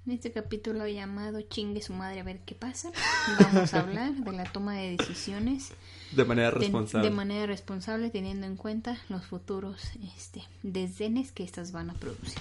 En este capítulo llamado Chingue su madre a ver qué pasa, vamos a hablar de la toma de decisiones de manera responsable. De manera responsable, teniendo en cuenta los futuros desdenes que estas van a producir.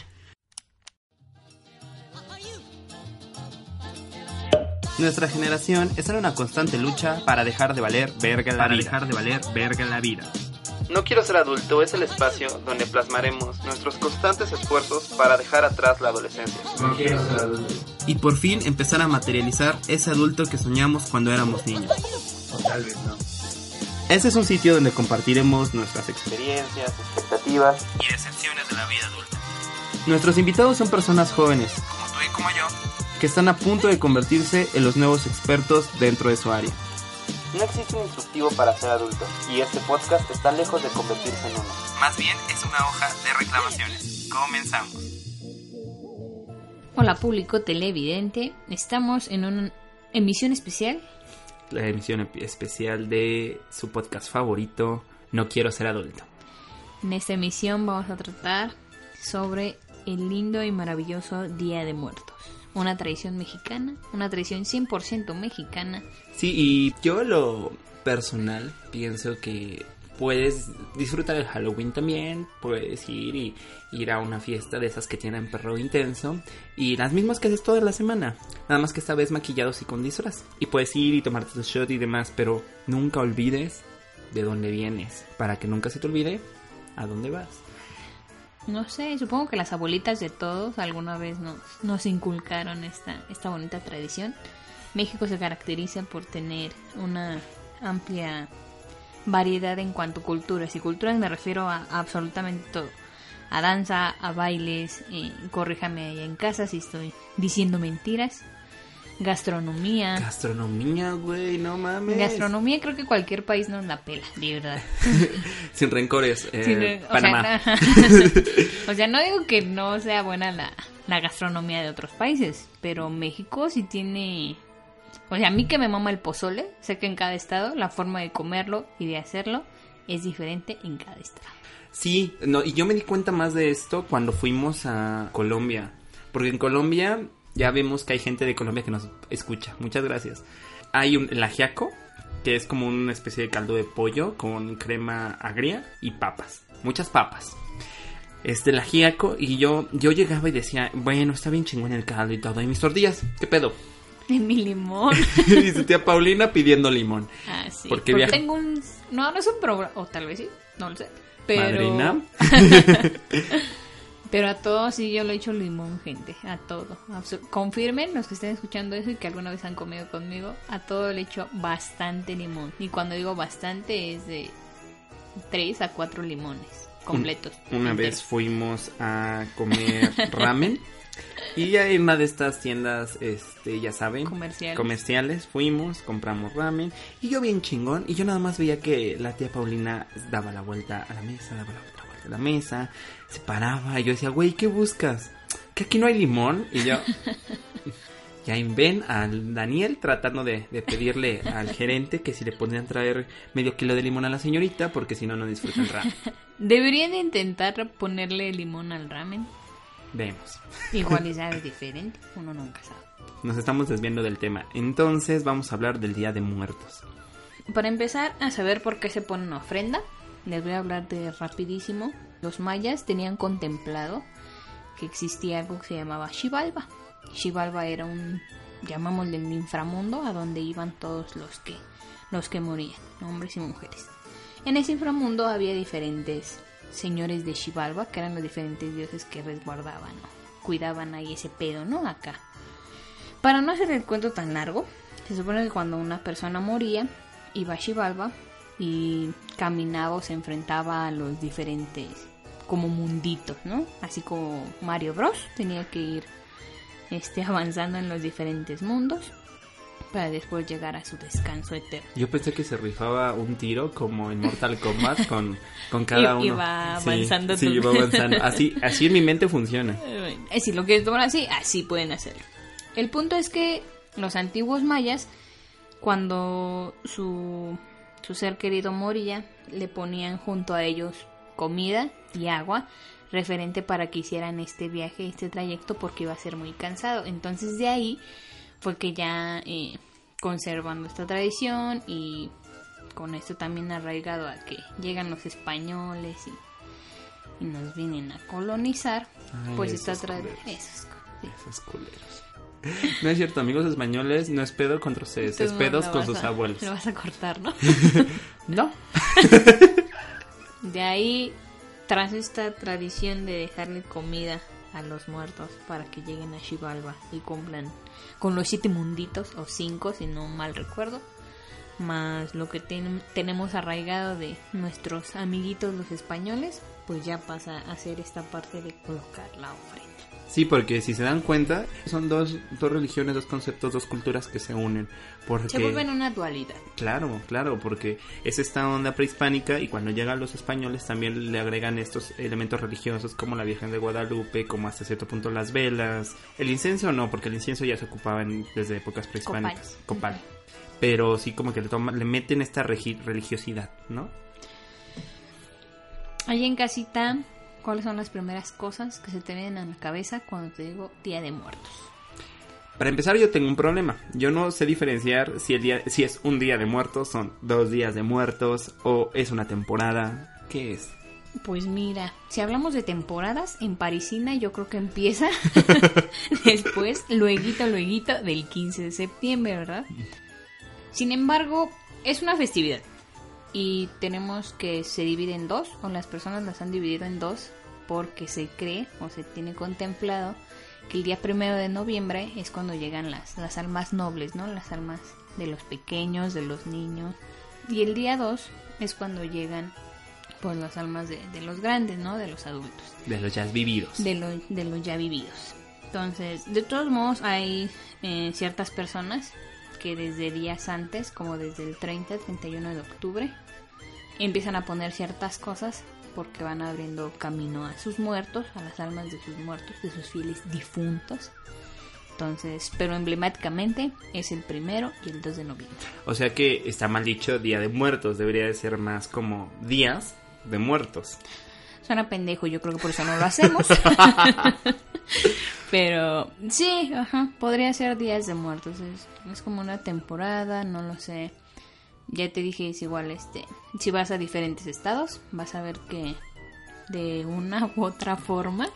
Nuestra generación está en una constante lucha para dejar de valer verga en la vida. No quiero ser adulto es el espacio donde plasmaremos nuestros constantes esfuerzos para dejar atrás la adolescencia. No quiero ser adulto. Y por fin empezar a materializar ese adulto que soñamos cuando éramos niños. O tal vez no. Ese es un sitio donde compartiremos nuestras experiencias, expectativas y decepciones de la vida adulta. Nuestros invitados son personas jóvenes, como tú y como yo, que están a punto de convertirse en los nuevos expertos dentro de su área. No existe un instructivo para ser adulto, y este podcast está lejos de convertirse en uno. Más bien es una hoja de reclamaciones. Comenzamos. Hola público televidente, estamos en una emisión especial. La emisión especial de su podcast favorito, No quiero ser adulto. En esta emisión vamos a tratar sobre el lindo y maravilloso Día de Muertos. Una tradición mexicana, una tradición 100% mexicana. Sí, y yo lo personal pienso que puedes disfrutar el Halloween también, puedes ir a una fiesta de esas que tienen perro intenso y las mismas que haces toda la semana, nada más que esta vez maquillados y con disfraz. Y puedes ir y tomarte tu shot y demás, pero nunca olvides de dónde vienes, para que nunca se te olvide a dónde vas. No sé, supongo que las abuelitas de todos alguna vez nos inculcaron esta bonita tradición. México se caracteriza por tener una amplia variedad en cuanto a culturas. Y culturas me refiero a absolutamente todo. A danza, a bailes, corríjame allá en casa si estoy diciendo mentiras. Gastronomía. Gastronomía, güey, no mames. Gastronomía creo que cualquier país nos la pela, de verdad. Sin rencores, Panamá. O sea, no digo que no sea buena la gastronomía de otros países, pero México sí tiene... O sea, a mí que me mama el pozole, sé que en cada estado la forma de comerlo y de hacerlo es diferente en cada estado. Sí, no, y yo me di cuenta más de esto cuando fuimos a Colombia, porque en Colombia... Ya vemos que hay gente de Colombia que nos escucha. Muchas gracias. Hay el ajiaco, que es como una especie de caldo de pollo con crema agria y papas. Muchas papas. El ajiaco, y yo llegaba y decía, bueno, está bien chingón el caldo y todo. ¿Y mis tortillas? ¿Qué pedo? Y mi limón. Y su tía Paulina pidiendo limón. Ah, sí. Porque tengo un... No es un programa... O tal vez sí, no lo sé. Pero... Madrina. Pero a todo sí yo le he hecho limón, gente, a todo. Confirmen los que estén escuchando eso y que alguna vez han comido conmigo, a todo le he hecho bastante limón. Y cuando digo bastante es de 3 a 4 limones completos. Una vez fuimos a comer ramen y en una de estas tiendas, ya saben, comerciales, fuimos, compramos ramen y yo bien chingón y yo nada más veía que la tía Paulina daba la vuelta a la mesa, daba la vuelta a la mesa, se paraba y yo decía, güey, ¿qué buscas? ¿Que aquí no hay limón? Y yo, ya ven al Daniel tratando de pedirle al gerente que si le podrían traer medio kilo de limón a la señorita, porque si no, no disfruta el ramen. Deberían intentar ponerle limón al ramen. Vemos. Igual y sabe diferente, uno nunca sabe. Nos estamos desviando del tema. Entonces vamos a hablar del Día de Muertos. Para empezar a saber por qué se pone una ofrenda, les voy a hablar de rapidísimo. Los mayas tenían contemplado que existía algo que se llamaba Xibalba. Xibalba era llamámosle el inframundo, a donde iban todos los que morían, hombres y mujeres. En ese inframundo había diferentes señores de Xibalba, que eran los diferentes dioses que resguardaban, ¿no? Cuidaban ahí ese pedo, ¿no? Acá. Para no hacer el cuento tan largo, se supone que cuando una persona moría, iba a Xibalba y caminaba o se enfrentaba a los diferentes como munditos, ¿no? Así como Mario Bros. Tenía que ir avanzando en los diferentes mundos para después llegar a su descanso eterno. Yo pensé que se rifaba un tiro como en Mortal Kombat con cada uno. Iba avanzando. Sí, iba avanzando. Así en mi mente funciona. Si lo quieres tomar así pueden hacerlo. El punto es que los antiguos mayas, cuando su ser querido moría, le ponían junto a ellos comida y agua referente para que hicieran este viaje, este trayecto, porque iba a ser muy cansado. Entonces de ahí fue que ya conservando esta tradición y con esto también arraigado a que llegan los españoles y nos vienen a colonizar. Ay, pues esta tradición... Esos culeros. No es cierto, amigos españoles, no es pedo contra ustedes, es pedos con sus abuelos. Lo vas a cortar, ¿no? No. De ahí, tras esta tradición de dejarle comida a los muertos para que lleguen a Xibalba y cumplan con los 7 munditos, o 5 si no mal recuerdo, más lo que tenemos arraigado de nuestros amiguitos los españoles, pues ya pasa a ser esta parte de colocar la ofrenda. Sí, porque si se dan cuenta, son dos religiones, dos conceptos, dos culturas que se unen. Porque se vuelven una dualidad. Claro, porque es esta onda prehispánica y cuando llegan los españoles también le agregan estos elementos religiosos como la Virgen de Guadalupe, como hasta cierto punto las velas. El incienso no, porque el incienso ya se ocupaba desde épocas prehispánicas. Copal. Pero sí como que le meten esta religiosidad, ¿no? Ahí en casita, ¿cuáles son las primeras cosas que se te vienen a la cabeza cuando te digo Día de Muertos? Para empezar, yo tengo un problema. Yo no sé diferenciar si es un día de muertos, son 2 días de muertos o es una temporada. ¿Qué es? Pues mira, si hablamos de temporadas, en Parisina yo creo que empieza después, lueguito del 15 de septiembre, ¿verdad? Sin embargo, es una festividad. Y tenemos que se divide en 2, o las personas las han dividido en 2, porque se cree o se tiene contemplado que el día 1 de noviembre es cuando llegan las almas nobles, ¿no? Las almas de los pequeños, de los niños. Y el día 2 es cuando llegan pues las almas de los grandes, ¿no? De los adultos. De los ya vividos. De los ya vividos. Entonces, de todos modos hay ciertas personas que desde días antes, como desde el 30-31 de octubre, empiezan a poner ciertas cosas porque van abriendo camino a sus muertos, a las almas de sus muertos, de sus fieles difuntos. Entonces, pero emblemáticamente es el 1 y el 2 de noviembre. O sea que está mal dicho Día de Muertos, debería de ser más como Días de Muertos. Suena pendejo, yo creo que por eso no lo hacemos. Pero sí, podría ser Días de Muertos. Es como una temporada, no lo sé. Ya te dije, es igual, si vas a diferentes estados, vas a ver que de una u otra forma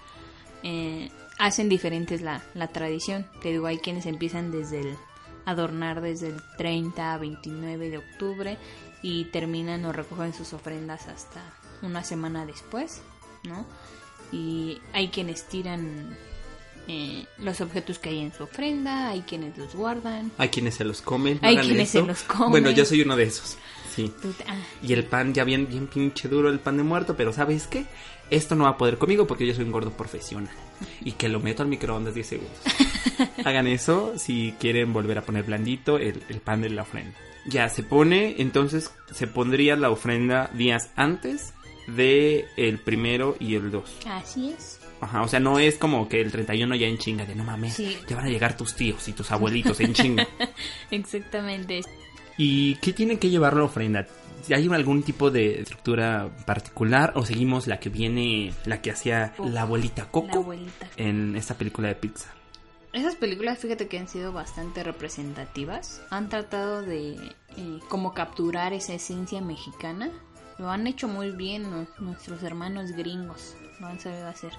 hacen diferentes la tradición. Te digo, hay quienes empiezan adornar desde el 30 a 29 de octubre y terminan o recogen sus ofrendas hasta una semana después, ¿no? Y hay quienes tiran los objetos que hay en su ofrenda, hay quienes los guardan, hay quienes se los comen, hay quienes se los comen. Bueno, yo soy uno de esos, sí. Y el pan ya bien pinche duro, el pan de muerto, pero ¿sabes qué? Esto no va a poder conmigo porque yo soy un gordo profesional y que lo meto al microondas 10 segundos. Hagan eso si quieren volver a poner blandito el pan de la ofrenda. Ya se pone, entonces se pondría la ofrenda días antes de el 1 y el 2. Así es. Ajá, o sea, no es como que el 31 ya en chinga de no mames, sí. Ya van a llegar tus tíos y tus abuelitos en chinga. Exactamente. ¿Y qué tiene que llevar la ofrenda? ¿Hay algún tipo de estructura particular o seguimos la que hacía la abuelita Coco en esta película de Pixar? Esas películas, fíjate que han sido bastante representativas. Han tratado de como capturar esa esencia mexicana. Lo han hecho muy bien nuestros hermanos gringos. Lo han sabido hacer.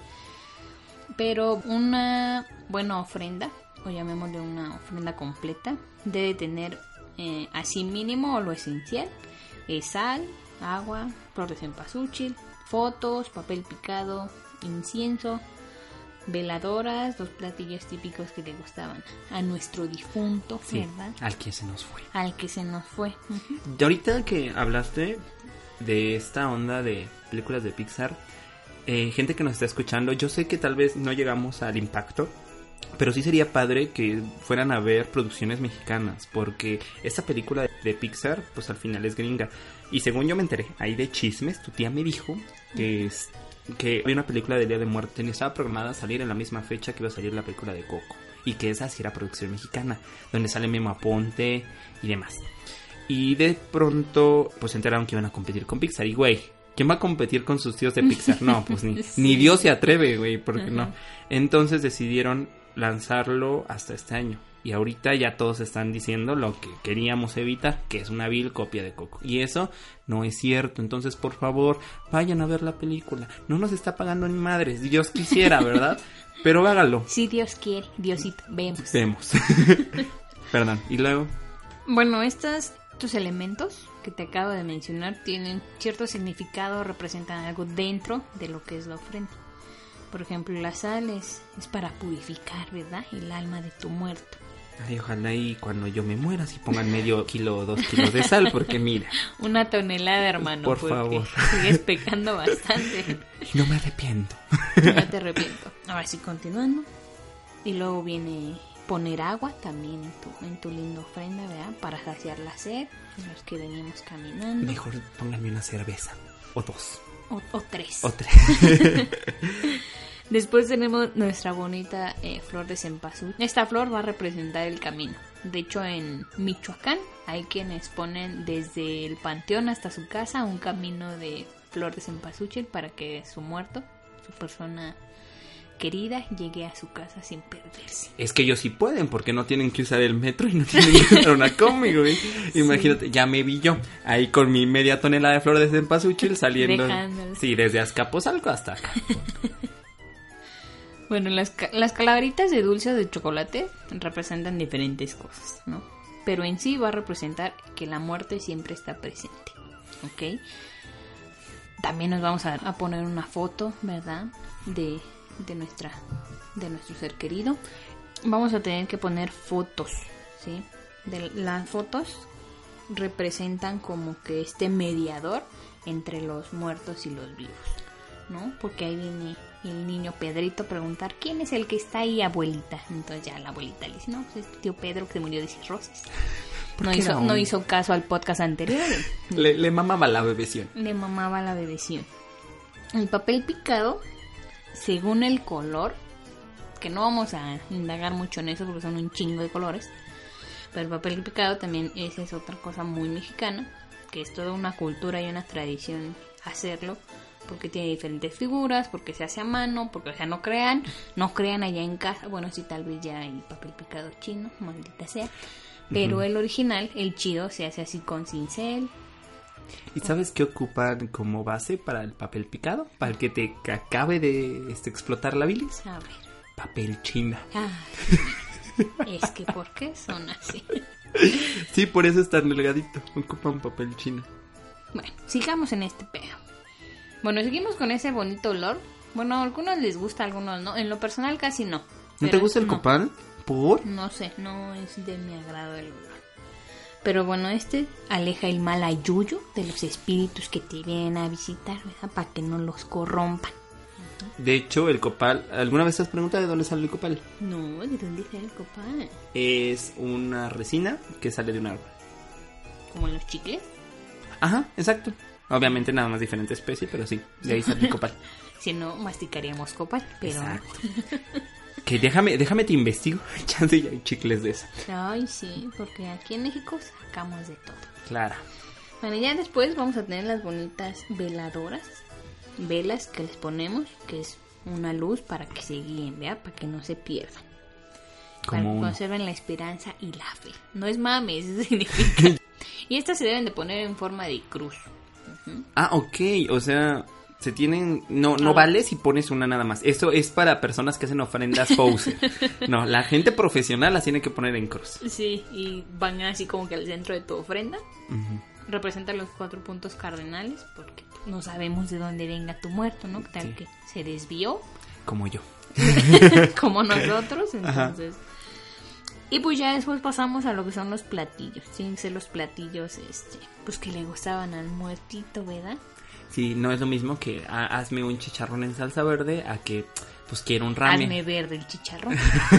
Pero una buena ofrenda, o llamémosle una ofrenda completa, debe tener así mínimo o lo esencial: sal, agua, flor de cempasúchil, fotos, papel picado, incienso, veladoras, los platillos típicos que le gustaban a nuestro difunto, sí, ¿verdad? Al que se nos fue. Uh-huh. Y ahorita que hablaste de esta onda de películas de Pixar, gente que nos está escuchando, yo sé que tal vez no llegamos al impacto, pero sí sería padre que fueran a ver producciones mexicanas, porque esta película de Pixar, pues al final es gringa. Y según yo me enteré, ahí de chismes, tu tía me dijo que había una película de Día de Muerte y estaba programada a salir en la misma fecha que iba a salir la película de Coco, y que esa sí era producción mexicana, donde sale Memo Aponte y demás. Y de pronto pues se enteraron que iban a competir con Pixar y güey, ¿Quién va a competir con sus tíos de Pixar? No, pues ni Dios se atreve, güey, porque no. Entonces decidieron lanzarlo hasta este año. Y ahorita ya todos están diciendo lo que queríamos evitar, que es una vil copia de Coco. Y eso no es cierto. Entonces, por favor, vayan a ver la película. No nos está pagando ni madres. Dios quisiera, ¿verdad? Pero hágalo. Si Dios quiere, Diosito, vemos. Perdón, y luego... Bueno, estos elementos que te acabo de mencionar tienen cierto significado, representan algo dentro de lo que es la ofrenda. Por ejemplo, la sal es para purificar, ¿verdad? El alma de tu muerto. Ay, ojalá y cuando yo me muera si pongan medio kilo o 2 kilos de sal, porque mira. 1 tonelada, hermano. Por favor. Sigues pecando bastante. Y no me arrepiento. No te arrepiento. Ahora sí, continuando. Y luego viene poner agua también en tu linda ofrenda, ¿verdad? Para saciar la sed, los que venimos caminando. Mejor pónganme una cerveza. O 2. O 3. O 3. Después tenemos nuestra bonita flor de cempasúchil. Esta flor va a representar el camino. De hecho, en Michoacán hay quienes ponen desde el panteón hasta su casa un camino de flor de cempasúchil para que su muerto, su persona querida, llegue a su casa sin perderse. Es que ellos sí pueden, porque no tienen que usar el metro y no tienen que usar una combi, güey. Sí. Imagínate, ya me vi yo ahí con mi media tonelada de flor de cempasúchil saliendo. Dejándolo. Sí, desde Azcapotzalco hasta acá. Bueno, las calaveritas de dulce o de chocolate representan diferentes cosas, ¿no? Pero en sí va a representar que la muerte siempre está presente, ¿ok? También nos vamos a poner una foto, ¿verdad? De nuestro ser querido. Vamos a tener que poner fotos, ¿sí? Las fotos representan como que este mediador entre los muertos y los vivos, ¿no? Porque ahí viene el niño Pedrito a preguntar ¿quién es el que está ahí, abuelita? Entonces ya la abuelita le dice, no, pues es tío Pedro que se murió de cirrosis. No hizo caso al podcast anterior. Le mamaba la bebeción. El papel picado, según el color, que no vamos a indagar mucho en eso porque son un chingo de colores, pero el papel picado también esa es otra cosa muy mexicana, que es toda una cultura y una tradición hacerlo, porque tiene diferentes figuras, porque se hace a mano, porque, o sea, no crean allá en casa. Bueno, sí, tal vez ya hay papel picado chino, maldita sea, pero el original, el chido, se hace así con cincel. ¿Y sabes qué ocupan como base para el papel picado? Para el que te acabe de explotar la bilis. A ver. Papel china. Es que ¿por qué son así? Sí, por eso es tan delgadito. Ocupan papel chino. Bueno, sigamos en este pedo. Bueno, seguimos con ese bonito olor. Bueno, a algunos les gusta, a algunos no. En lo personal casi no. ¿No te gusta el copal? ¿Por? No sé, no es de mi agrado el olor. Pero bueno, aleja el mal ayuyo de los espíritus que te vienen a visitar, ¿verdad? Para que no los corrompan. De hecho, el copal... ¿Alguna vez te has preguntado de dónde sale el copal? No, ¿de dónde sale el copal? Es una resina que sale de un árbol. ¿Como en los chicles? Ajá, exacto. Obviamente nada más diferente especie, pero sí, de ahí sale el copal. Si no, masticaríamos copal, pero... Exacto. Que déjame te investigo. Chance ya hay chicles de eso. Ay, sí, porque aquí en México sacamos de todo. Claro. Bueno, ya después vamos a tener las bonitas veladoras. Velas que les ponemos, que es una luz para que se guíen, ¿verdad? Para que no se pierdan. Para que conserven la esperanza y la fe. No es mames, eso significa. Y estas se deben de poner en forma de cruz. Ah, ok, o sea, se tienen... No vale si pones una nada más. Esto es para personas que hacen ofrendas poser. No, la gente profesional las tiene que poner en cruz. Sí, y van así como que al centro de tu ofrenda. Representan los 4 puntos cardinales, porque no sabemos de dónde venga tu muerto, ¿no? Tal sí. Que se desvió. Como yo. Como nosotros, entonces... Ajá. Y pues ya después pasamos a lo que son los platillos. Tienen que ser los platillos, pues que le gustaban al muertito, ¿verdad? Sí, no es lo mismo que hazme un chicharrón en salsa verde a que, pues, quiero un ramen. Hazme verde el chicharrón.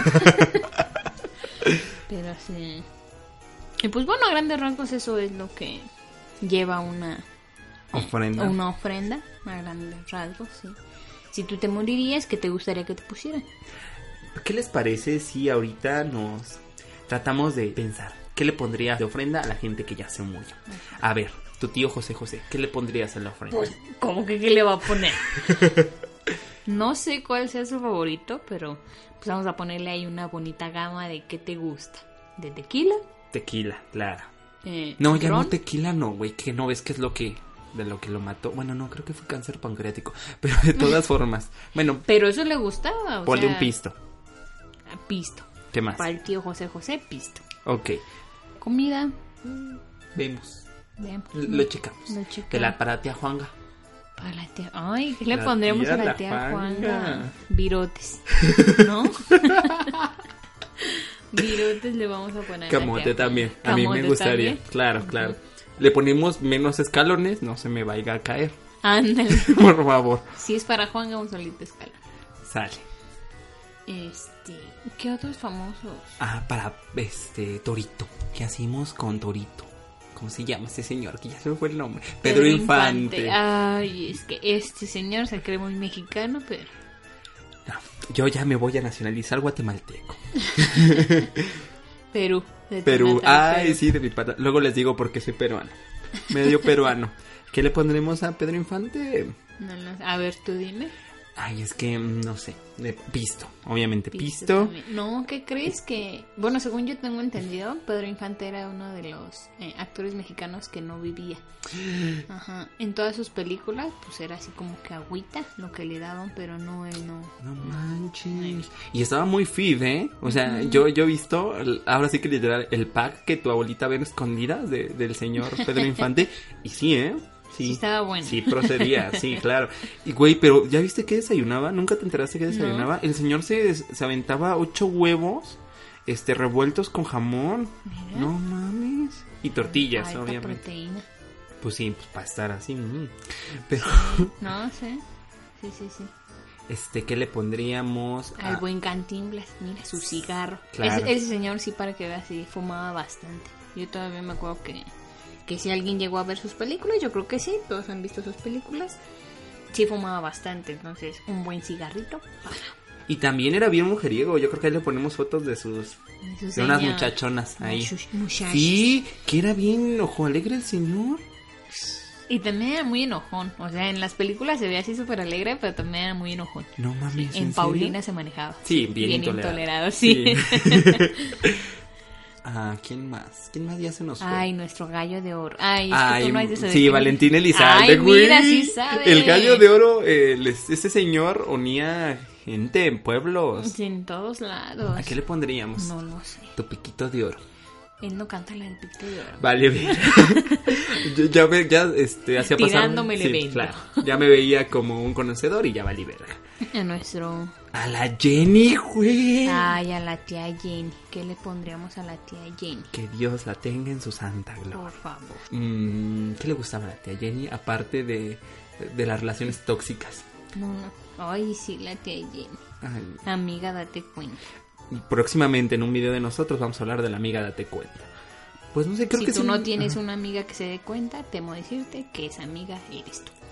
Pero sí. Y pues bueno, a grandes rasgos eso es lo que lleva una ofrenda. Una ofrenda, a grandes rasgos, sí. Si tú te morirías, ¿qué te gustaría que te pusieran? ¿Qué les parece si ahorita nos tratamos de pensar qué le pondría de ofrenda a la gente que ya se murió? A ver, tu tío José José, ¿qué le pondrías en la ofrenda? Pues, ¿cómo que qué le va a poner? No sé cuál sea su favorito, pero pues vamos a ponerle ahí una bonita gama de qué te gusta. ¿De tequila? Tequila, claro. No, ya ¿Ron? no tequila, no, güey, que no ves qué es lo que... de lo que lo mató. Bueno, no, creo que fue cáncer pancreático. Pero de todas formas, bueno... Pero eso le gustaba, ponle un pisto. Pisto. ¿Qué más? Para el tío José José, pisto. Ok. Comida. Vemos. Veamos. Lo checamos. Para la tía Juanga. Para la tía... Ay, ¿qué le La pondremos tía, a la la tía Juanga. Juanga? Virotes. ¿No? Virotes le vamos a poner. Camote también. A mí me Camote gustaría. también. Claro, claro. Le ponemos menos escalones, no se me vaya a caer. Ándale. Por favor. Si es para Juanga, un solito escalón. Sale. ¿Qué otros famosos? Ah, para Torito. ¿Qué hacemos con Torito? ¿Cómo se llama este señor? Que ya se me fue el nombre. Pedro Infante. Ay, es que este señor se cree muy mexicano, pero... No, yo ya me voy a nacionalizar guatemalteco. Perú. Perú. Ay, sí, de mi pata. Luego les digo por qué soy peruano. Medio peruano. ¿Qué le pondremos a Pedro Infante? No, a ver, tú dime. Ay, es que no sé. Pisto, obviamente Pisto. No, ¿qué crees que...? Bueno, según yo tengo entendido, Pedro Infante era uno de los actores mexicanos que no vivía. Ajá. En todas sus películas, pues era así como que agüita lo que le daban, pero no, él no. No manches. Y estaba muy fit, ¿eh? O sea, yo he visto, ahora sí que literal, el pack que tu abuelita ve en escondidas del señor Pedro Infante. Y sí, ¿eh? Sí, estaba bueno. Sí, procedía, sí, claro. Y güey, pero ¿ya viste qué desayunaba? ¿Nunca te enteraste que desayunaba? No. El señor se aventaba 8 huevos revueltos con jamón. Mira. No mames. Y tortillas, alta obviamente. Proteína. Pues sí, pues para estar así. Pero sí. No sé. Sí. ¿Qué le pondríamos? Al buen Cantinflas, mira, su cigarro. Claro. Ese señor sí, para que veas, sí, fumaba bastante. Yo todavía me acuerdo que si alguien llegó a ver sus películas, yo creo que sí, todos han visto sus películas, sí fumaba bastante, entonces un buen cigarrito para. Y también era bien mujeriego, yo creo que ahí le ponemos fotos de unas muchachonas ahí. Muchachos. Sí, que era bien ojo alegre el señor. Y también era muy enojón, o sea, en las películas se ve así súper alegre, pero también era muy enojón. No mames, en Paulina se manejaba. Sí, bien intolerado, sí. Ah, ¿quién más? ¿Quién más ya se nos fue? Ay, nuestro gallo de oro. Ay, es que tú no has de saber. Sí, Valentín Elizalde, güey. Mira, sí sabe. El gallo de oro, ese señor unía gente en pueblos. Sí, en todos lados. ¿A qué le pondríamos? No lo sé. Tu piquito de oro. Él no canta la del piquito de oro. Vale, bien. ya hacía pasar. Tirándome el evento. Claro. Ya me veía como un conocedor y ya valí verga. A la Jenny, güey. Ay, a la tía Jenny. ¿Qué le pondríamos a la tía Jenny? Que Dios la tenga en su santa gloria. Por favor. ¿Qué le gustaba a la tía Jenny? Aparte de las relaciones tóxicas. No. Ay, sí, la tía Jenny. Ay. Amiga, date cuenta. Próximamente en un video de nosotros vamos a hablar de la amiga, date cuenta. Pues no sé, creo que si tú no tienes una amiga que se dé cuenta, temo decirte que esa amiga eres tú.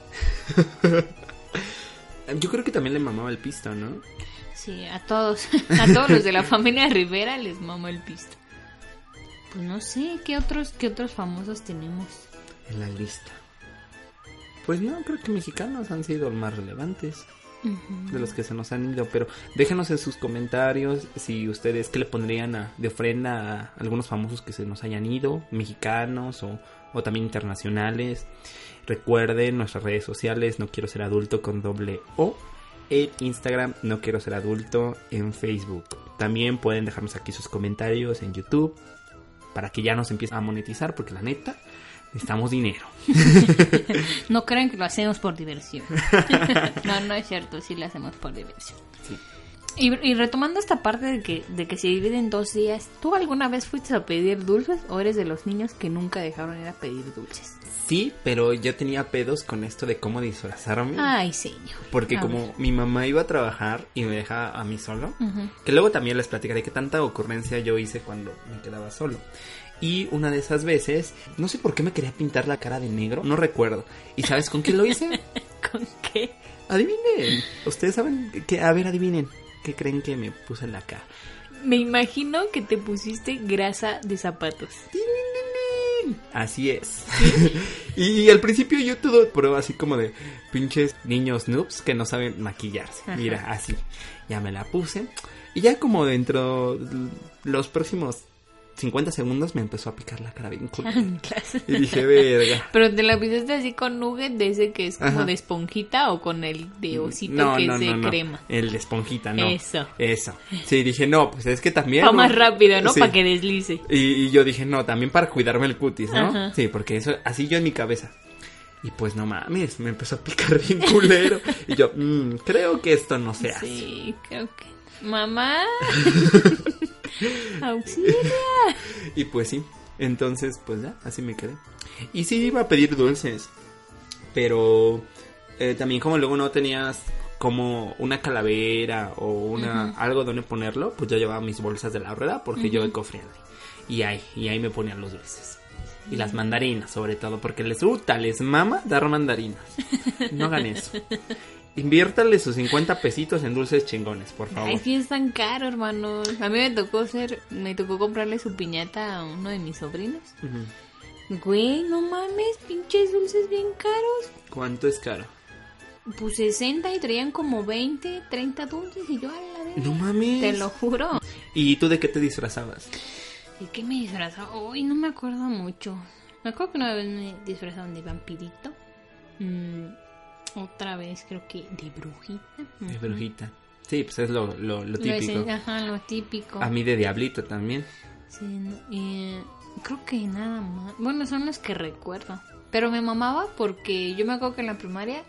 Yo creo que también le mamaba el pisto, ¿no? Sí, a todos los de la familia Rivera les mamó el pisto. Pues no sé, ¿qué otros famosos tenemos en la lista? Pues no, creo que mexicanos han sido los más relevantes. Uh-huh. De los que se nos han ido, pero déjenos en sus comentarios si ustedes qué le pondrían de ofrenda a algunos famosos que se nos hayan ido, mexicanos o también internacionales. Recuerden nuestras redes sociales, No Quiero Ser Adulto con ~O, en Instagram, No Quiero Ser Adulto, en Facebook. También pueden dejarnos aquí sus comentarios en YouTube para que ya nos empiecen a monetizar, porque la neta necesitamos dinero. No crean que lo hacemos por diversión. No es cierto, sí lo hacemos por diversión. Sí. Y retomando esta parte de que se divide en 2 días, ¿tú alguna vez fuiste a pedir dulces o eres de los niños que nunca dejaron ir a pedir dulces? Sí, pero yo tenía pedos con esto de cómo disfrazarme. Ay, señor. Porque como mi mamá iba a trabajar y me dejaba a mí solo, que luego también les platicaré que tanta ocurrencia yo hice cuando me quedaba solo. Y una de esas veces, no sé por qué me quería pintar la cara de negro, no recuerdo. ¿Y sabes con qué lo hice? ¿Con qué? Adivinen. Ustedes saben que, a ver, adivinen. ¿Qué creen que me puse en la cara? Me imagino que te pusiste grasa de zapatos. Así es. Y al principio yo todo prueba así como de pinches niños noobs que no saben maquillarse. Ajá. Mira, así. Ya me la puse. Y ya como dentro los próximos 50 segundos me empezó a picar la cara bien cool. Y dije, verga. ¿Pero te la pisaste así con nugget de ese que es como de esponjita o con el de osito que es de crema? El de esponjita, no. Eso. Sí, dije, no, pues es que también... Para más rápido, ¿no? Sí. Para que deslice. Y yo dije, no, también para cuidarme el cutis, ¿no? Ajá. Sí, porque eso, así yo en mi cabeza. Y pues no mames, me empezó a picar bien culero. Y yo, creo que esto no se hace. Sí, creo que... Mamá... ¡Auxilia! Y pues sí, entonces pues ya, así me quedé. Y sí iba a pedir dulces, pero también como luego no tenías como una calavera o una algo donde ponerlo, pues yo llevaba mis bolsas de la rueda porque yo eco-friendly. Y ahí me ponían los dulces. Y las mandarinas sobre todo, porque les mama dar mandarinas. No hagan eso. Inviértale sus 50 pesitos en dulces chingones, por favor. Ay, sí es tan caro, hermano. A mí me tocó comprarle su piñata a uno de mis sobrinos. Güey, no mames, pinches dulces bien caros. ¿Cuánto es caro? Pues 60 y traían como 20, 30 dulces y yo a la vez. No mames. Te lo juro. ¿Y tú de qué te disfrazabas? ¿De qué me disfrazaba? Uy, no me acuerdo mucho. Me acuerdo que una vez me disfrazaban de vampirito. Otra vez creo que de brujita. De brujita. Sí, pues es lo típico. Lo típico. A mí de diablito también. Sí, creo que nada más. Bueno, son los que recuerdo. Pero me mamaba porque yo me acuerdo que en la primaria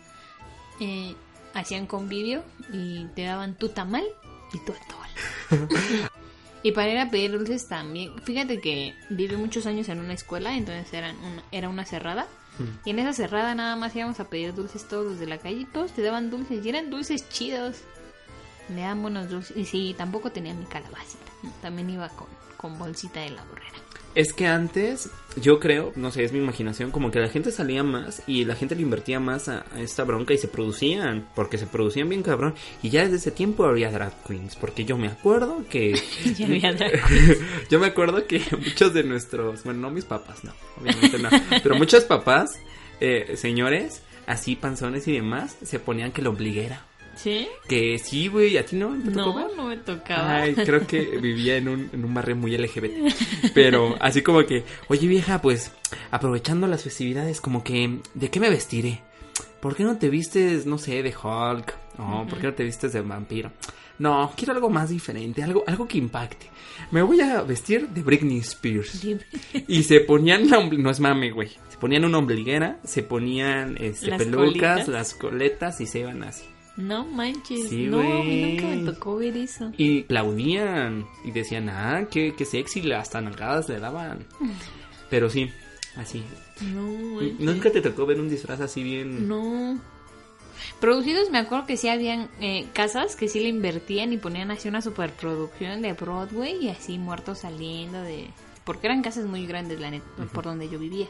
hacían convivio y te daban tu tamal y tu atol. Y para ir a pedir dulces también. Fíjate que viví muchos años en una escuela, entonces era una cerrada. Y en esa cerrada nada más íbamos a pedir dulces todos los de la calle. Todos te daban dulces y eran dulces chidos. Me daban buenos dulces. Y sí, tampoco tenía mi calabacita. También iba con bolsita de la borrera. Es que antes, yo creo, no sé, es mi imaginación, como que la gente salía más y la gente le invertía más a esta bronca y se producían, porque se producían bien cabrón. Y ya desde ese tiempo había drag queens, porque yo me acuerdo que... Ya había drag queens. Yo me acuerdo que muchos de nuestros, bueno, no mis papás, no, obviamente no, pero muchos papás, señores, así panzones y demás, se ponían que la ombliguera. ¿Sí? Que sí, güey, ¿a ti no? No me tocaba. Ay, creo que vivía en un barrio muy LGBT. Pero así como que, oye vieja, pues aprovechando las festividades, como que, ¿de qué me vestiré? ¿Por qué no te vistes, no sé, de Hulk? Oh, ¿por qué no te vistes de vampiro? No, quiero algo más diferente, algo que impacte. Me voy a vestir de Britney Spears. Y se ponían, no es mame, güey. Se ponían una ombliguera, se ponían pelucas, las coletas y se iban así. No manches, sí, no, a mí nunca me tocó ver eso. Y aplaudían y decían, qué sexy, hasta nalgadas le daban. Pero sí, así. No manches. ¿Nunca te tocó ver un disfraz así bien? No. Producidos, me acuerdo que sí habían casas que sí le invertían y ponían así una superproducción de Broadway y así muertos saliendo de... Porque eran casas muy grandes, la neta, por donde yo vivía.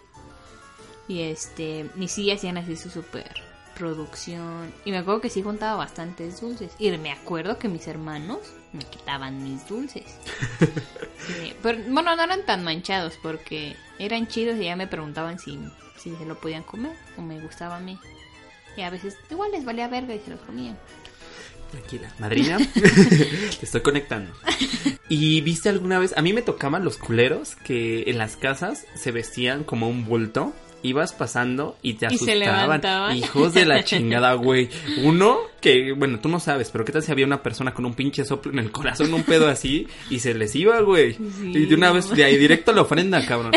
Y sí hacían así su superproducción. Y me acuerdo que sí juntaba bastantes dulces. Y me acuerdo que mis hermanos me quitaban mis dulces. Sí, pero bueno, no eran tan manchados porque eran chidos y ya me preguntaban si se lo podían comer o me gustaba a mí. Y a veces igual les valía verga y se los comían. Tranquila, madrina, te estoy conectando. ¿Y viste alguna vez? A mí me tocaban los culeros que en las casas se vestían como un bulto. Ibas pasando y te asustaban. Hijos de la chingada, güey. Uno que, bueno, tú no sabes, pero ¿qué tal si había una persona con un pinche soplo en el corazón, un pedo así, y se les iba, güey? Sí, y de una vez, de ahí directo a la ofrenda, cabrón.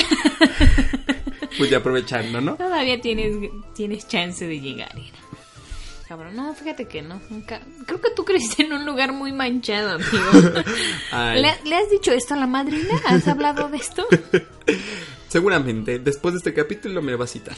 Pues ya aprovechando, ¿no? Todavía tienes chance de llegar, cabrón. No, fíjate que no, nunca. Creo que tú creciste en un lugar muy manchado, amigo. ¿Le has dicho esto a la madrina? ¿Has hablado de esto? Seguramente, después de este capítulo me va a citar.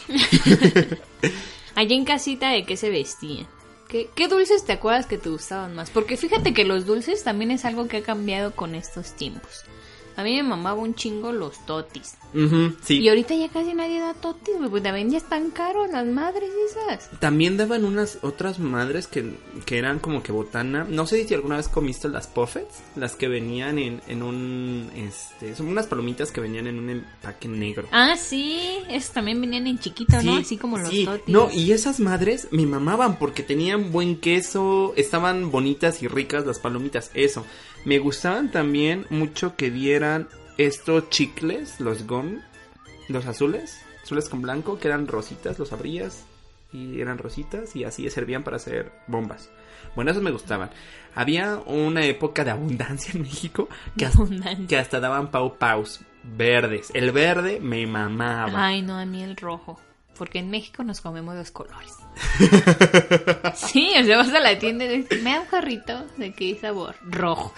Allá en casita, ¿de qué se vestían? ¿Qué dulces te acuerdas que te gustaban más? Porque fíjate que los dulces también es algo que ha cambiado con estos tiempos. A mí me mamaba un chingo los totis. Sí. Y ahorita ya casi nadie da totis, güey, pues también ya están caros las madres esas. También daban unas otras madres que eran como que botana. No sé si alguna vez comiste las Puffets, las que venían en un, son unas palomitas que venían en un empaque negro. Ah, sí, esos también venían en chiquito, sí, ¿no? Así como los totis. No, y esas madres me mamaban porque tenían buen queso, estaban bonitas y ricas las palomitas, eso. Me gustaban también mucho que dieran estos chicles, los gum, los azules con blanco, que eran rositas, los abrías y eran rositas y así servían para hacer bombas. Bueno, esos me gustaban. Había una época de abundancia en México que hasta daban pau paus verdes. El verde me mamaba. Ay, no, a mí el rojo. Porque en México nos comemos los colores. Sí, o sea, vas a la tienda y dices, me da un jarrito de qué sabor, rojo.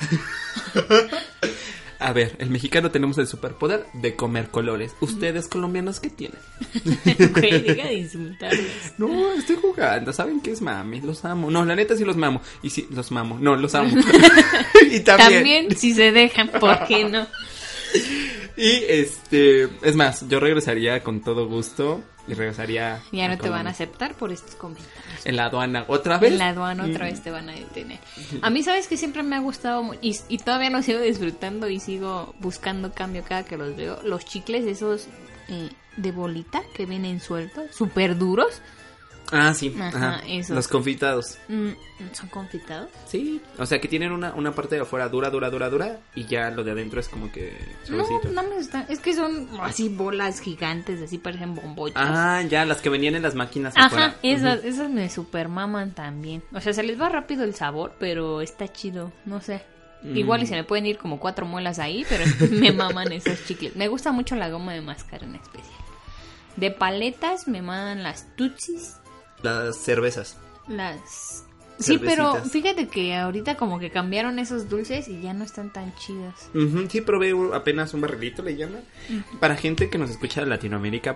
A ver, el mexicano tenemos el superpoder de comer colores. ¿Ustedes colombianos qué tienen? Güey, deja de insultarlos. No, estoy jugando, ¿saben qué es mami? Los amo. No, la neta sí los mamo. Y sí, los mamo. No, los amo. Y también si se dejan, ¿por qué no? Y es más, yo regresaría con todo gusto. Y regresaría. Ya no te van a aceptar por estos comentarios. En la aduana, ¿otra vez? En la aduana otra vez te van a detener. A mí, ¿sabes que siempre me ha gustado? Y todavía lo sigo disfrutando y sigo buscando cambio cada que los veo. Los chicles esos de bolita que vienen sueltos, súper duros. Ah, sí. Ajá. Esos. Los confitados. ¿Son confitados? Sí. O sea, que tienen una parte de afuera dura. Y ya lo de adentro es como que suavecito. No me gusta. Es que son así bolas gigantes, así parecen bombochas. Ah, ya, las que venían en las máquinas afuera. Esas me super maman también. O sea, se les va rápido el sabor, pero está chido. No sé. Igual y se me pueden ir como 4 muelas ahí, pero me maman esos chicles. Me gusta mucho la goma de mascar en especial. De paletas me maman las Tutsis. Las cervezas. Sí, pero fíjate que ahorita como que cambiaron esos dulces y ya no están tan chidos. Sí, probé apenas un barrilito, le llaman. Para gente que nos escucha de Latinoamérica,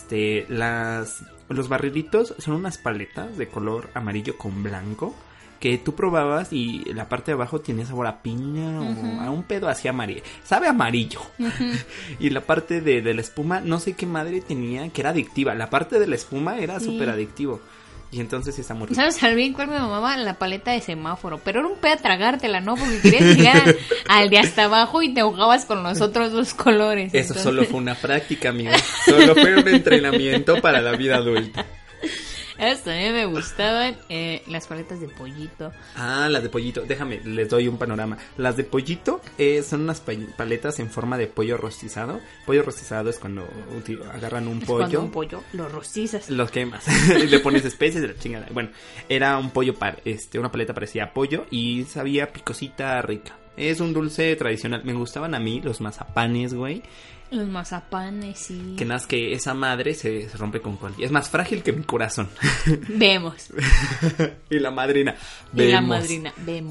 los barrilitos son unas paletas de color amarillo con blanco que tú probabas y la parte de abajo tiene sabor a piña o a un pedo así amarillo. Sabe amarillo. Y la parte de la espuma, no sé qué madre tenía, que era adictiva. La parte de la espuma era súper adictivo. Y entonces está muy rico. ¿Sabes bien cuál me mamaba? La paleta de semáforo. Pero era un pedo tragártela, ¿no? Porque querías llegar al de hasta abajo y te ahogabas con los otros 2 colores. Eso entonces... solo fue una práctica, amigos. Solo fue un entrenamiento para la vida adulta. Esas también me gustaban, las paletas de pollito. Ah, las de pollito, déjame, les doy un panorama. Las de pollito son unas paletas en forma de pollo rostizado. Pollo rostizado es cuando agarran un pollo. Cuando un pollo lo rostizas. Lo quemas, le pones especies de la chingada. Bueno, era un pollo, una paleta parecía a pollo y sabía picosita rica. Es un dulce tradicional, me gustaban a mí los mazapanes, güey. Los mazapanes, sí. Que nada, que esa madre se rompe con cualquier... Es más frágil que mi corazón. Vemos. Y la madrina. Vemos.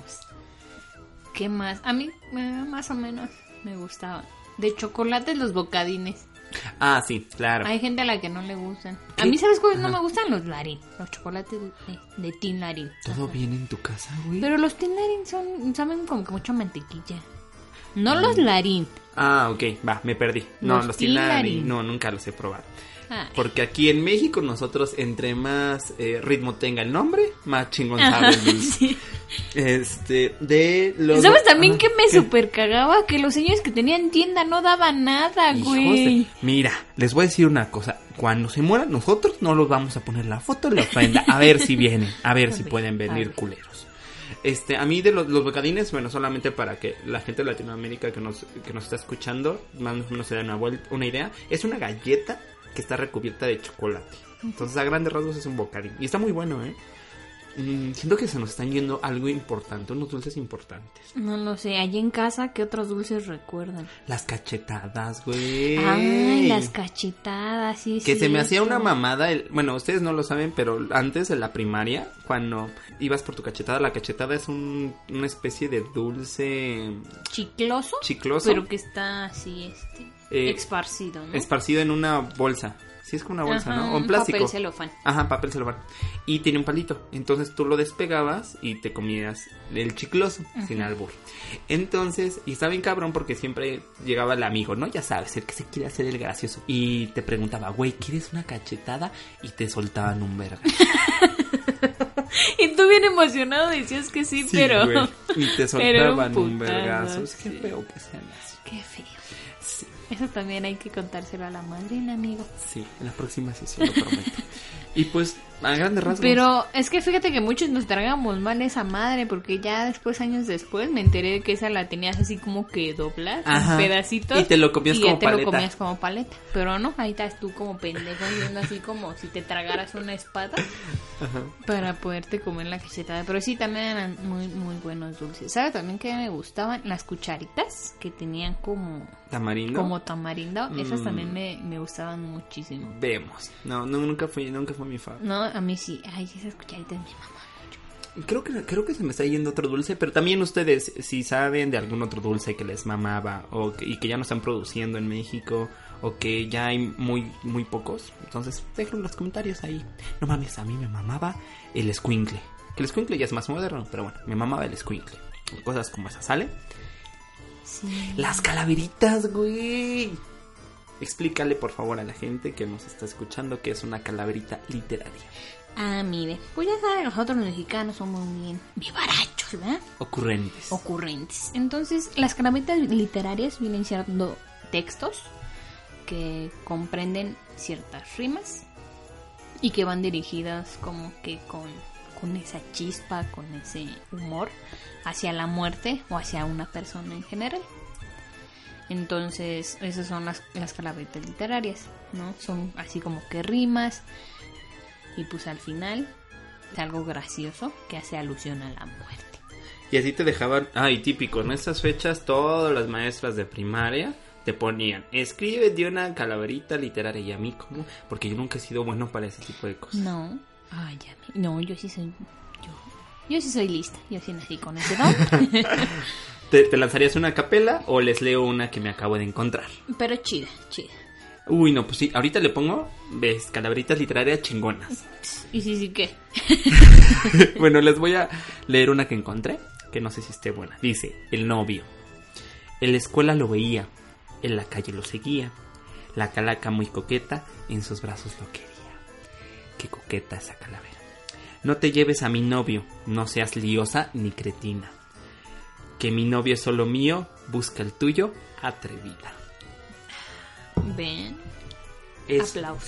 ¿Qué más? A mí más o menos me gustaban. De chocolate los bocadines. Ah, sí, claro. Hay gente a la que no le gustan. ¿Qué? A mí, ¿sabes cuáles no me gustan? Los Larín. Los chocolates de Tin Larín. ¿Todo bien en tu casa, güey? Pero los Tin Larín saben como que mucha mantequilla. No los Larín. Ah, ok, va, me perdí. No, los Tin Larín, no, nunca los he probado. Porque aquí en México nosotros entre más ritmo tenga el nombre, más chingón sabe el dulce. Sí. De los... ¿Sabes también que me super cagaba? Que los señores que tenían tienda no daban nada, güey. Mira, les voy a decir una cosa. Cuando se mueran nosotros no los vamos a poner la foto en la ofrenda. A ver si vienen, a ver si pueden venir culeros. A mí de los bocadines, bueno, solamente para que la gente de Latinoamérica que nos está escuchando más o menos se den una idea, es una galleta que está recubierta de chocolate. Entonces a grandes rasgos es un bocadín y está muy bueno, siento que se nos están yendo algo importante, unos dulces importantes. No lo sé, allí en casa, ¿qué otros dulces recuerdan? Las cachetadas, güey. Ay, las cachetadas, sí. Que se me hacía una mamada, bueno, ustedes no lo saben, pero antes en la primaria, cuando ibas por tu cachetada, la cachetada es una especie de dulce... Chicloso. Chicloso. Pero que está así, esparcido, ¿no? Esparcido en una bolsa. Sí, es como una bolsa, ¿no? O en plástico. Papel celofán. Ajá, papel celofán. Y tiene un palito. Entonces tú lo despegabas y te comías el chicloso, sin albur. Entonces, y estaba bien cabrón porque siempre llegaba el amigo, ¿no? Ya sabes, el que se quiere hacer el gracioso. Y te preguntaba, güey, ¿quieres una cachetada? Y te soltaban un verga. Y tú bien emocionado decías que sí, pero... Güey. Y te soltaban un vergazo. Es que feo que sean así. Qué feo. Sí. Eso también hay que contárselo a la madrina, amigo. Sí, en la próxima sesión, lo prometo. Y pues, a grandes rasgos. Pero es que fíjate que muchos nos tragamos mal esa madre, porque ya después, años después, me enteré de que esa la tenías así como que doblar en pedacitos. Y te lo comías como paleta. Y ya te lo comías como paleta. Pero no, ahí estás tú como pendejo, viendo así como si te tragaras una espada. Ajá. Para poderte comer la cachetada. Pero sí, también eran muy, muy buenos dulces. ¿Sabes también que me gustaban? Las cucharitas que tenían como... ¿Tamarindo? Como tamarindo. Esas también me gustaban muchísimo. Vemos. No, nunca fue mi favorito. No, a mí sí. Ay, esas cucharitas me maman mucho. Creo que se me está yendo otro dulce, pero también ustedes, si saben de algún otro dulce que les mamaba y que ya no están produciendo en México o que ya hay muy, muy pocos, entonces déjenlo en los comentarios ahí. No mames, a mí me mamaba el escuincle. Que el escuincle ya es más moderno, pero bueno, me mamaba el escuincle. Cosas como esas, ¿sale? Sí. Las calaveritas, güey. Explícale por favor a la gente que nos está escuchando qué es una calaverita literaria. Ah, mire, pues ya saben, nosotros los mexicanos somos bien vivarachos, ¿verdad? Ocurrentes. Entonces, las calaveritas literarias vienen siendo textos que comprenden ciertas rimas y que van dirigidas como que con esa chispa, con ese humor hacia la muerte o hacia una persona en general. Entonces, esas son las calaveritas literarias, ¿no? Son así como que rimas y pues al final es algo gracioso que hace alusión a la muerte. Y así te dejaban, y típico, en estas fechas todas las maestras de primaria te ponían, escribe de una calaverita literaria. Y a mí, ¿cómo? Porque yo nunca he sido bueno para ese tipo de cosas. No, no, yo sí soy... Yo sí soy lista, yo sí nací con ese don. ¿Te lanzarías una a capela o les leo una que me acabo de encontrar? Pero chida. Uy, no, pues sí, ahorita le pongo, ves, calaveritas literarias chingonas. ¿Y sí qué? Bueno, les voy a leer una que encontré, que no sé si esté buena. Dice, el novio. En la escuela lo veía, en la calle lo seguía. La calaca muy coqueta, en sus brazos lo quería. Qué coqueta esa calavera. No te lleves a mi novio, no seas liosa ni cretina. Que mi novio es solo mío, busca el tuyo, atrevida. Ven. Aplausos.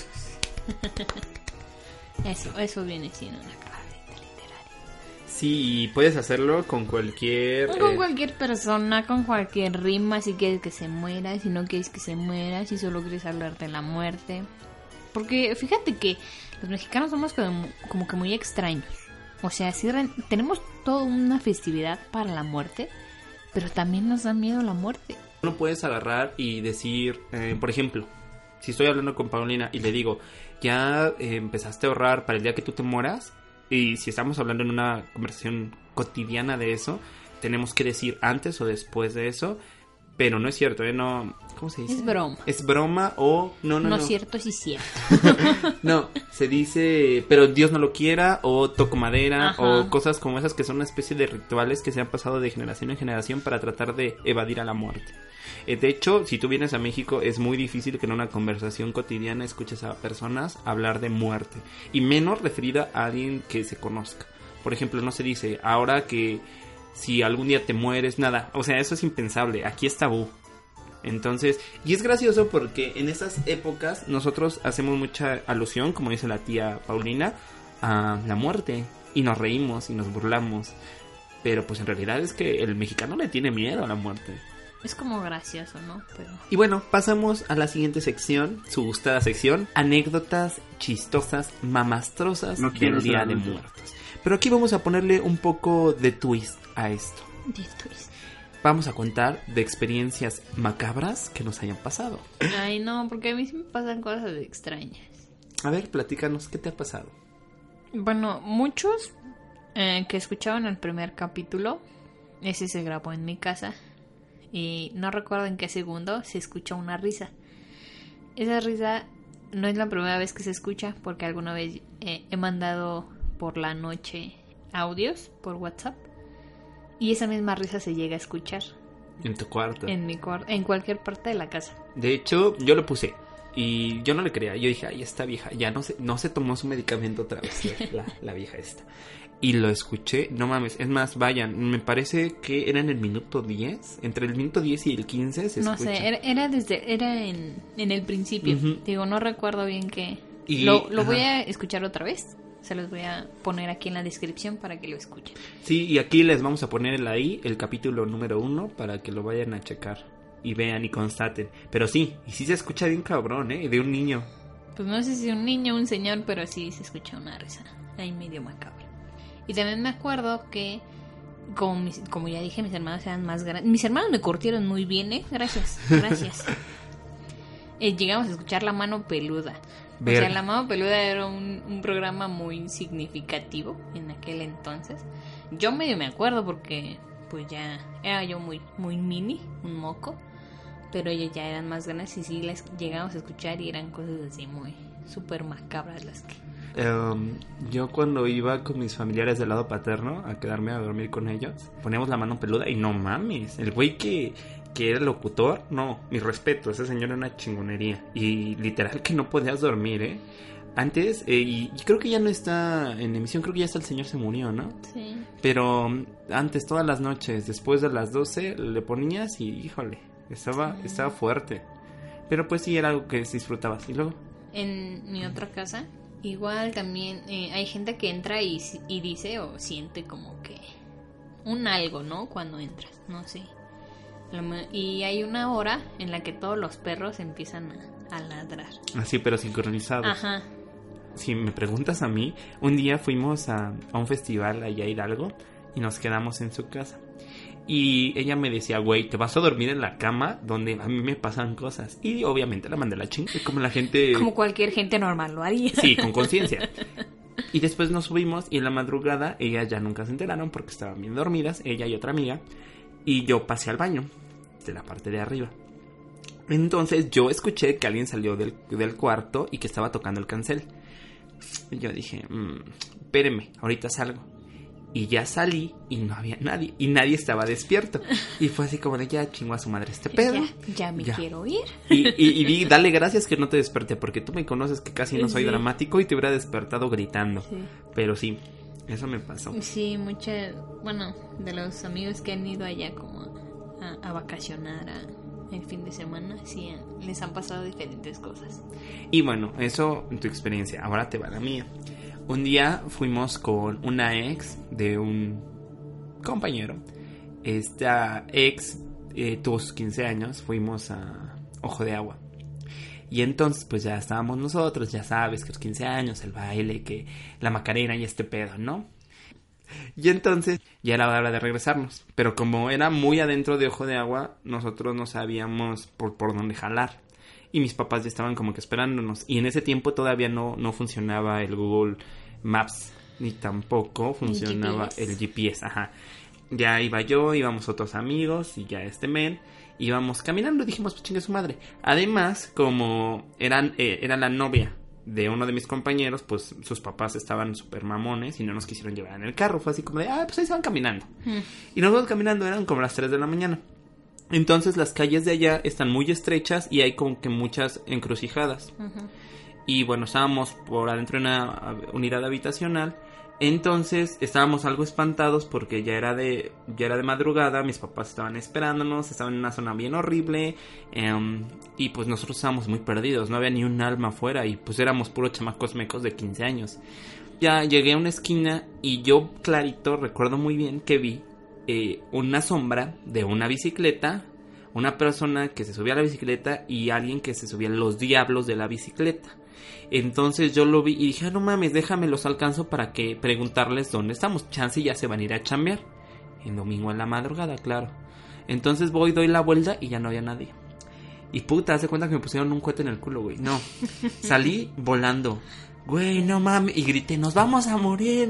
Eso viene siendo una calaverita literaria. Sí, puedes hacerlo con cualquier... Con cualquier persona, con cualquier rima, si quieres que se muera, si no quieres que se muera, si solo quieres hablar de la muerte. Porque fíjate que los mexicanos somos como que muy extraños. O sea, sí tenemos toda una festividad para la muerte, pero también nos da miedo la muerte. No puedes agarrar y decir, por ejemplo, si estoy hablando con Paulina y le digo, ya empezaste a ahorrar para el día que tú te mueras, y si estamos hablando en una conversación cotidiana de eso, tenemos que decir antes o después de eso, pero no es cierto, no, ¿cómo se dice? Es broma. Es broma o no. No es cierto, sí es cierto. No, se dice, pero Dios no lo quiera, o toco madera, Ajá. o cosas como esas que son una especie de rituales que se han pasado de generación en generación para tratar de evadir a la muerte. De hecho, si tú vienes a México, es muy difícil que en una conversación cotidiana escuches a personas hablar de muerte, y menos referida a alguien que se conozca. Por ejemplo, no se dice, ahora que si algún día te mueres, nada. O sea, eso es impensable, aquí es tabú. Entonces, y es gracioso porque en esas épocas nosotros hacemos mucha alusión, como dice la tía Paulina, a la muerte. Y nos reímos y nos burlamos. Pero pues en realidad es que el mexicano le tiene miedo a la muerte. Es como gracioso, ¿no? Pero... Y bueno, pasamos a la siguiente sección, su gustada sección, anécdotas chistosas, mamastrosas del Día de Muertos. Pero aquí vamos a ponerle un poco de twist a esto. Vamos a contar de experiencias macabras que nos hayan pasado. Ay, no, porque a mí sí me pasan cosas extrañas. A ver, platícanos, ¿qué te ha pasado? Bueno, muchos que escuchaban el primer capítulo, ese se grabó en mi casa. Y no recuerdo en qué segundo se escuchó una risa. Esa risa no es la primera vez que se escucha, porque alguna vez he mandado por la noche audios por WhatsApp y esa misma risa se llega a escuchar. En tu cuarto. En mi cuarto, en cualquier parte de la casa. De hecho, yo lo puse y yo no le creía. Yo dije, ay, esta vieja ya no se tomó su medicamento otra vez, la vieja esta. Y lo escuché, no mames, es más, vayan, me parece que era en el minuto 10, entre el minuto 10 y el 15 se escucha. No sé, era en el principio. Uh-huh. Digo, no recuerdo bien qué. Lo voy a escuchar otra vez. Se los voy a poner aquí en la descripción para que lo escuchen. Sí, y aquí les vamos a poner el capítulo número 1 para que lo vayan a checar y vean y constaten. Pero sí, y sí se escucha bien cabrón, de un niño. Pues no sé si un niño o un señor, pero sí se escucha una risa ahí medio macabra. Y también me acuerdo que, como ya dije, mis hermanos eran más grandes. Mis hermanos me curtieron muy bien, Gracias. Llegamos a escuchar La Mano Peluda. Ver. O sea, La Mano Peluda era un programa muy significativo en aquel entonces. Yo medio me acuerdo porque pues ya era yo muy, muy mini, un moco. Pero ellos ya eran más grandes y sí las llegamos a escuchar y eran cosas así muy súper macabras las que... yo cuando iba con mis familiares del lado paterno a quedarme a dormir con ellos, poníamos La Mano Peluda y no mames, el güey que era locutor, no, mi respeto, ese señor era una chingonería y literal que no podías dormir, Antes, y creo que ya no está en emisión, creo que ya está el señor se murió, ¿no? Sí. Pero antes, todas las noches, después de las 12, le ponías y híjole, estaba fuerte. Pero pues sí, era algo que disfrutabas. ¿Y luego? En mi otra casa, igual también hay gente que entra y dice o siente como que un algo, ¿no? Cuando entras, no sé. Y hay una hora en la que todos los perros empiezan a ladrar. Así, pero sincronizados. Ajá. Si me preguntas a mí, un día fuimos a un festival allá a Hidalgo y nos quedamos en su casa. Y ella me decía, güey, te vas a dormir en la cama donde a mí me pasan cosas. Y obviamente la mandé a la chingada, como la gente... Como cualquier gente normal lo haría. Sí, con conciencia. Y después nos subimos y en la madrugada ellas ya nunca se enteraron porque estaban bien dormidas, ella y otra amiga. Y yo pasé al baño, de la parte de arriba. Entonces yo escuché que alguien salió del cuarto y que estaba tocando el cancel. Y yo dije, espéreme, ahorita salgo. Y ya salí y no había nadie. Y nadie estaba despierto. Y fue así como de, ya chingó a su madre este pedo. Ya me quiero ir. Y dale gracias que no te desperté, porque tú me conoces que casi no soy dramático y te hubiera despertado gritando. Sí. Pero sí, eso me pasó. Sí, bueno, de los amigos que han ido allá como a vacacionar el fin de semana, sí, les han pasado diferentes cosas. Y bueno, eso en tu experiencia. Ahora te va la mía. Un día fuimos con una ex de un compañero. Esta ex tuvo sus 15 años. Fuimos a Ojo de Agua. Y entonces pues ya estábamos nosotros. Ya sabes que los 15 años, el baile, que la Macarena y este pedo, ¿no? Y entonces ya era hora de regresarnos. Pero como era muy adentro de Ojo de Agua, nosotros no sabíamos por dónde jalar. Y mis papás ya estaban como que esperándonos. Y en ese tiempo todavía no funcionaba el Google Maps. Ni tampoco funcionaba el GPS. Ajá. Ya iba yo, íbamos otros amigos y ya men. Íbamos caminando y dijimos, pues chingue su madre. Además, como era la novia de uno de mis compañeros, pues sus papás estaban súper mamones y no nos quisieron llevar en el carro. Fue así como de, pues ahí se van caminando. Y nosotros caminando eran como las 3 de la mañana. Entonces las calles de allá están muy estrechas y hay como que muchas encrucijadas. Uh-huh. Y bueno, estábamos por adentro de una unidad habitacional. Entonces estábamos algo espantados porque ya era de madrugada. Mis papás estaban esperándonos, estaban en una zona bien horrible. Y pues nosotros estábamos muy perdidos, no había ni un alma afuera. Y pues éramos puros chamacos mecos de 15 años. Ya llegué a una esquina y yo clarito recuerdo muy bien que vi una sombra de una bicicleta, una persona que se subía a la bicicleta y alguien que se subía a los diablos de la bicicleta. Entonces yo lo vi y dije, no mames, déjame los alcanzo para que preguntarles dónde estamos. Chance ya se van a ir a chambear. En domingo en la madrugada, claro. Entonces voy, doy la vuelta y ya no había nadie. Y puta, hace cuenta que me pusieron un cohete en el culo, güey. No, salí volando. Güey, no mames. Y grité, nos vamos a morir.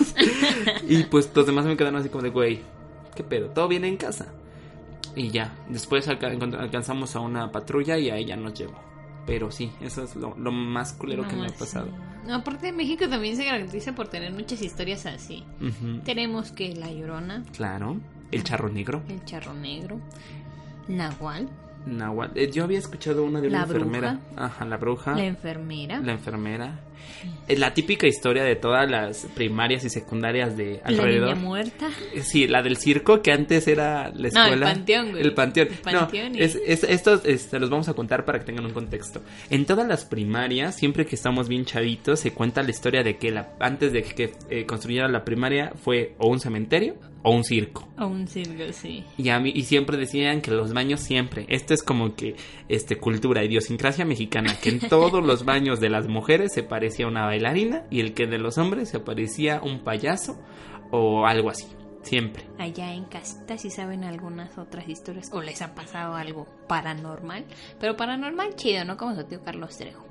Y pues los demás me quedaron así como de, güey, ¿qué pedo? ¿Todo bien en casa? Y ya, después alcanzamos a una patrulla y a ella nos llevó. Pero sí, eso es lo más culero que me ha pasado. No, aparte de México también se caracteriza por tener muchas historias así. Tenemos que La Llorona. Claro, el Charro Negro. Nahual. Yo había escuchado una de una enfermera. Ajá, la bruja. La enfermera. La típica historia de todas las primarias y secundarias de alrededor. La niña muerta. Sí, la del circo, que antes era la escuela. No, el panteón, güey. El panteón. Estos los vamos a contar para que tengan un contexto. En todas las primarias, siempre que estamos bien chavitos, se cuenta la historia de que antes de que construyeran la primaria fue o un cementerio o un circo. Sí. Y siempre decían que los baños siempre. Esto es como que cultura, idiosincrasia mexicana, que en todos los baños de las mujeres se parecía una bailarina y el que de los hombres se parecía un payaso o algo así. Siempre. Allá en casita si saben algunas otras historias o les ha pasado algo paranormal, pero paranormal chido, no como su tío Carlos Trejo.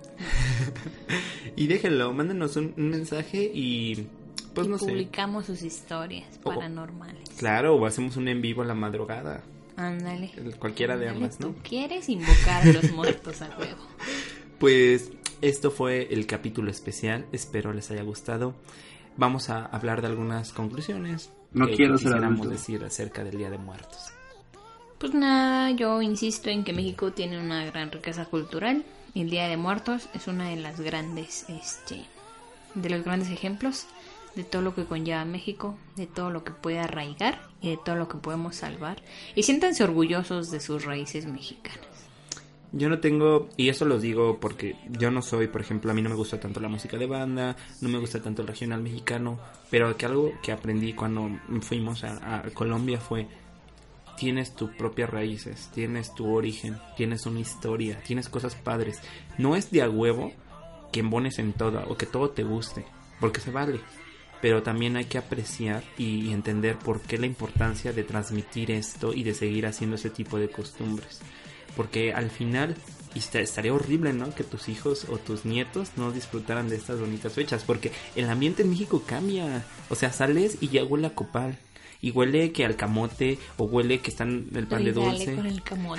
Y déjenlo, mándenos un mensaje y pues no sé. Publicamos sus historias paranormales. Claro, o hacemos un en vivo a la madrugada. Ándale. Cualquiera de ambas, ¿no? Tú quieres invocar a los muertos a huevo. Pues esto fue el capítulo especial, espero les haya gustado. Vamos a hablar de algunas conclusiones. No quiero ser adulto. Decir acerca del Día de Muertos. Pues nada, yo insisto en que México tiene una gran riqueza cultural. Y el Día de Muertos es una de las grandes, de los grandes ejemplos de todo lo que conlleva México, de todo lo que puede arraigar y de todo lo que podemos salvar. Y siéntanse orgullosos de sus raíces mexicanas. Yo no tengo, y eso lo digo porque yo no soy, por ejemplo, a mí no me gusta tanto la música de banda, no me gusta tanto el regional mexicano, pero que algo que aprendí cuando fuimos a Colombia fue: tienes tus propias raíces, tienes tu origen, tienes una historia, tienes cosas padres. No es de a huevo que embones en todo o que todo te guste, porque se vale. Pero también hay que apreciar y entender por qué la importancia de transmitir esto y de seguir haciendo ese tipo de costumbres. Porque al final estaría horrible, ¿no? Que tus hijos o tus nietos no disfrutaran de estas bonitas fechas. Porque el ambiente en México cambia. O sea, sales y ya huele a copal. Y huele que al camote o huele que están el pan de dulce. Dale con el camote.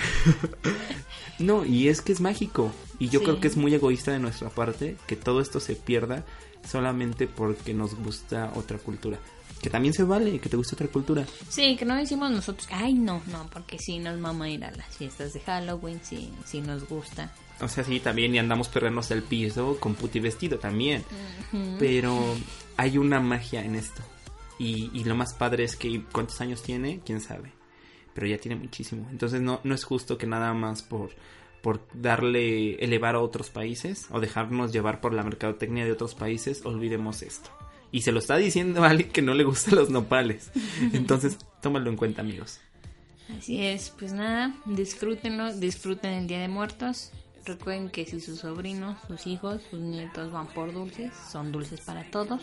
No, y es que es mágico. Y yo creo que es muy egoísta de nuestra parte que todo esto se pierda solamente porque nos gusta otra cultura. Que también se vale, que te guste otra cultura. Sí, que no decimos nosotros, ay no, porque sí nos mama ir a las fiestas de Halloween, sí nos gusta. O sea, sí, también y andamos perdernos del piso con puti vestido también. Pero hay una magia en esto. Y lo más padre es que ¿cuántos años tiene? ¿Quién sabe? Pero ya tiene muchísimo. Entonces no es justo que nada más por elevar a otros países o dejarnos llevar por la mercadotecnia de otros países, olvidemos esto. Y se lo está diciendo a alguien que no le gustan los nopales. Entonces, tómalo en cuenta, amigos. Así es, pues nada, disfrútenlo, disfruten el Día de Muertos. Recuerden que si sus sobrinos, sus hijos, sus nietos van por dulces, son dulces para todos.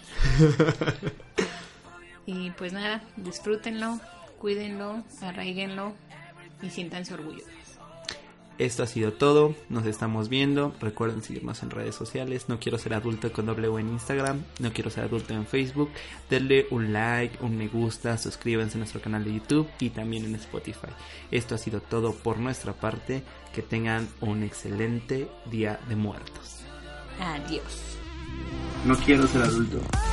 Y pues nada, disfrútenlo, cuídenlo, arraíguenlo y siéntanse orgullosos. Esto ha sido todo, nos estamos viendo, recuerden seguirnos en redes sociales, No Quiero Ser Adulto con W en Instagram, No Quiero Ser Adulto en Facebook, denle un like, un me gusta, suscríbanse a nuestro canal de YouTube y también en Spotify. Esto ha sido todo por nuestra parte, que tengan un excelente Día de Muertos. Adiós. No quiero ser adulto.